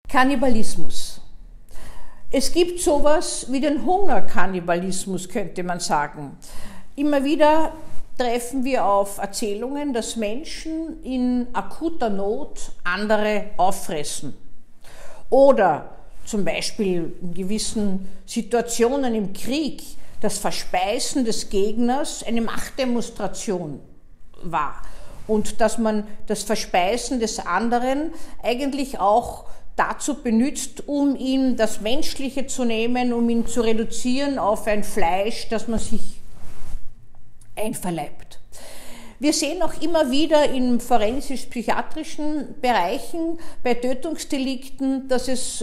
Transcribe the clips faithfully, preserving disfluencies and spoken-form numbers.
Kannibalismus. Es gibt sowas wie den Hungerkannibalismus, könnte man sagen. Immer wieder treffen wir auf Erzählungen, dass Menschen in akuter Not andere auffressen. Oder zum Beispiel in gewissen Situationen im Krieg das Verspeisen des Gegners eine Machtdemonstration war. Und dass man das Verspeisen des anderen eigentlich auch dazu benutzt, um ihm das Menschliche zu nehmen, um ihn zu reduzieren auf ein Fleisch, das man sich einverleibt. Wir sehen auch immer wieder in forensisch-psychiatrischen Bereichen bei Tötungsdelikten, dass es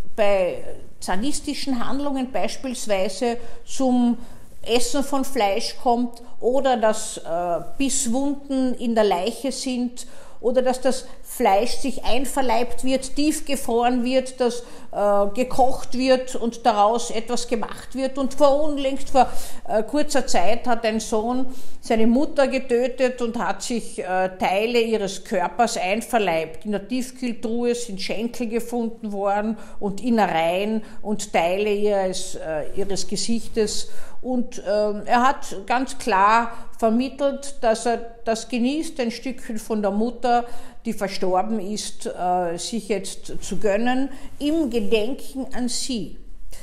bei sadistischen Handlungen beispielsweise zum Essen von Fleisch kommt oder dass äh, Bisswunden in der Leiche sind oder dass das Fleisch sich einverleibt wird, tiefgefroren wird, dass äh, gekocht wird und daraus etwas gemacht wird. Und vor unlängst, vor äh, kurzer Zeit, hat ein Sohn seine Mutter getötet und hat sich äh, Teile ihres Körpers einverleibt. In der Tiefkühltruhe sind Schenkel gefunden worden und Innereien und Teile ihres, äh, ihres Gesichtes. Und äh, er hat ganz klar vermittelt, dass er das genießt, ein Stückchen von der Mutter, die verstorben ist, äh, sich jetzt zu gönnen, im Gedenken an sie.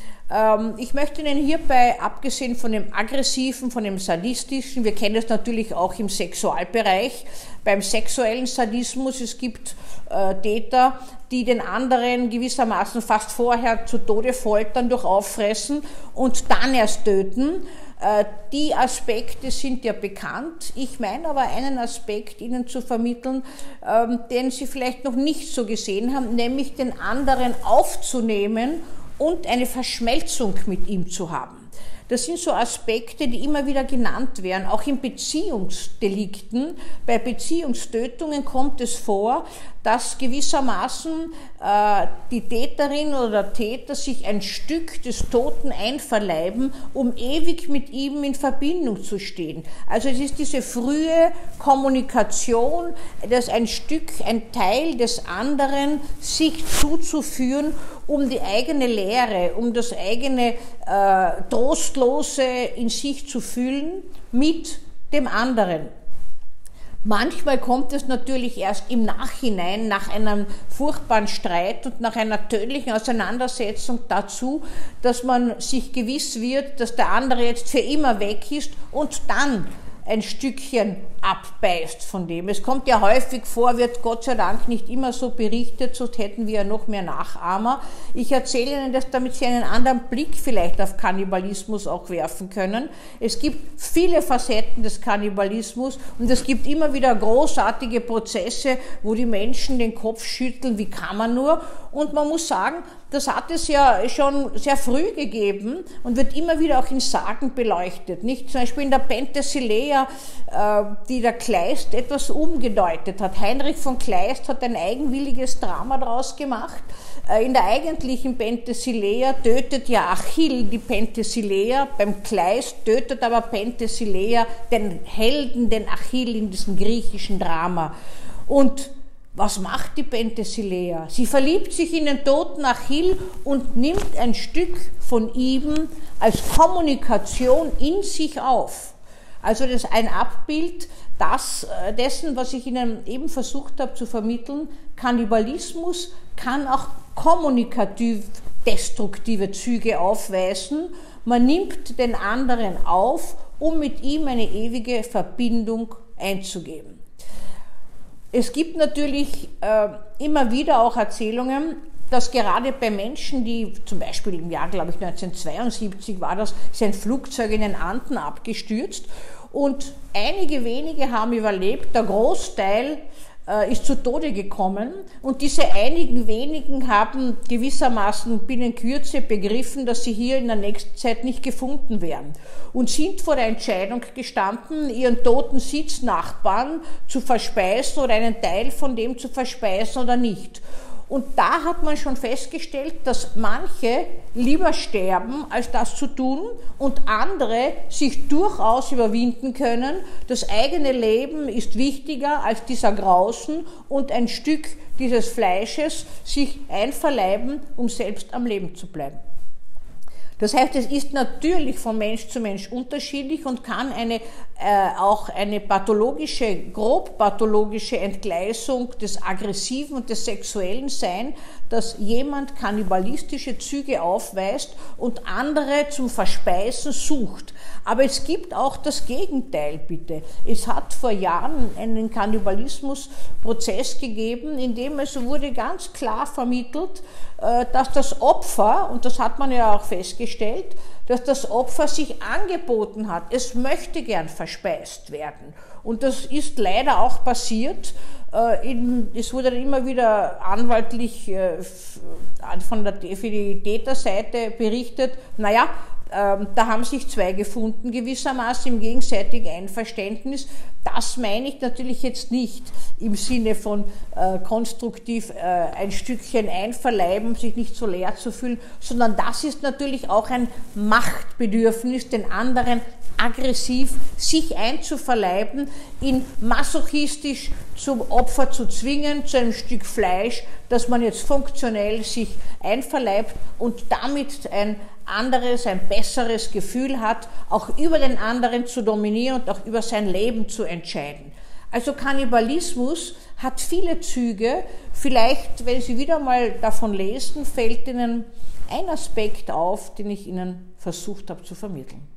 Ähm, ich möchte Ihnen hierbei, abgesehen von dem Aggressiven, von dem Sadistischen, wir kennen es natürlich auch im Sexualbereich, beim sexuellen Sadismus, es gibt äh, Täter, die den anderen gewissermaßen fast vorher zu Tode foltern durch Auffressen und dann erst töten. Äh, die Aspekte sind ja bekannt. Ich meine aber einen Aspekt Ihnen zu vermitteln, ähm, den Sie vielleicht noch nicht so gesehen haben, nämlich den anderen aufzunehmen und eine Verschmelzung mit ihm zu haben. Das sind so Aspekte, die immer wieder genannt werden, auch in Beziehungsdelikten. Bei Beziehungstötungen kommt es vor, dass gewissermaßen äh, die Täterin oder der Täter sich ein Stück des Toten einverleiben, um ewig mit ihm in Verbindung zu stehen. Also es ist diese frühe Kommunikation, dass ein Stück, ein Teil des anderen sich zuzuführen, um die eigene Leere, um das eigene äh, Trostlose in sich zu fühlen mit dem anderen. Manchmal kommt es natürlich erst im Nachhinein, nach einem furchtbaren Streit und nach einer tödlichen Auseinandersetzung dazu, dass man sich gewiss wird, dass der andere jetzt für immer weg ist und dann ein Stückchen abbeißt von dem. Es kommt ja häufig vor, wird Gott sei Dank nicht immer so berichtet, sonst hätten wir ja noch mehr Nachahmer. Ich erzähle Ihnen das, damit Sie einen anderen Blick vielleicht auf Kannibalismus auch werfen können. Es gibt viele Facetten des Kannibalismus und es gibt immer wieder großartige Prozesse, wo die Menschen den Kopf schütteln, wie kann man nur? Und man muss sagen, das hat es ja schon sehr früh gegeben und wird immer wieder auch in Sagen beleuchtet. Nicht? Zum Beispiel in der Penthesilea, äh, die der Kleist etwas umgedeutet hat. Heinrich von Kleist hat ein eigenwilliges Drama daraus gemacht. Äh, in der eigentlichen Penthesilea tötet ja Achill die Penthesilea, beim Kleist tötet aber Penthesilea den Helden, den Achill in diesem griechischen Drama. Und was macht die Penthesilea? Sie verliebt sich in den toten Achill und nimmt ein Stück von ihm als Kommunikation in sich auf. Also das ist ein Abbild das, dessen, was ich Ihnen eben versucht habe zu vermitteln. Kannibalismus kann auch kommunikativ destruktive Züge aufweisen. Man nimmt den anderen auf, um mit ihm eine ewige Verbindung einzugehen. Es gibt natürlich äh, immer wieder auch Erzählungen, dass gerade bei Menschen, die zum Beispiel im Jahr, glaube ich, neunzehnhundertzweiundsiebzig war das, ist ein Flugzeug in den Anden abgestürzt und einige wenige haben überlebt, der Großteil äh, ist zu Tode gekommen und diese einigen wenigen haben gewissermaßen binnen Kürze begriffen, dass sie hier in der nächsten Zeit nicht gefunden werden und sind vor der Entscheidung gestanden, ihren toten Sitznachbarn zu verspeisen oder einen Teil von dem zu verspeisen oder nicht. Und da hat man schon festgestellt, dass manche lieber sterben, als das zu tun, und andere sich durchaus überwinden können. Das eigene Leben ist wichtiger als dieser Grausen und ein Stück dieses Fleisches sich einverleiben, um selbst am Leben zu bleiben. Das heißt, es ist natürlich von Mensch zu Mensch unterschiedlich und kann eine, äh, auch eine pathologische, grob pathologische Entgleisung des Aggressiven und des Sexuellen sein, dass jemand kannibalistische Züge aufweist und andere zum Verspeisen sucht. Aber es gibt auch das Gegenteil, bitte. Es hat vor Jahren einen Kannibalismusprozess gegeben, in dem es wurde ganz klar vermittelt, dass das Opfer, und das hat man ja auch festgestellt, dass das Opfer sich angeboten hat. Es möchte gern verspeist werden. Und das ist leider auch passiert. Es wurde dann immer wieder anwaltlich von der, für die Täterseite berichtet, naja, da haben sich zwei gefunden, gewissermaßen im gegenseitigen Einverständnis. Das meine ich natürlich jetzt nicht im Sinne von äh, konstruktiv äh, ein Stückchen einverleiben, sich nicht so leer zu fühlen, sondern das ist natürlich auch ein Machtbedürfnis, den anderen aggressiv sich einzuverleiben, ihn masochistisch zum Opfer zu zwingen, zu einem Stück Fleisch, das man jetzt funktionell sich einverleibt und damit ein anderes, ein besseres Gefühl hat, auch über den anderen zu dominieren und auch über sein Leben zu entscheiden. Also Kannibalismus hat viele Züge. Vielleicht, wenn Sie wieder mal davon lesen, fällt Ihnen ein Aspekt auf, den ich Ihnen versucht habe zu vermitteln.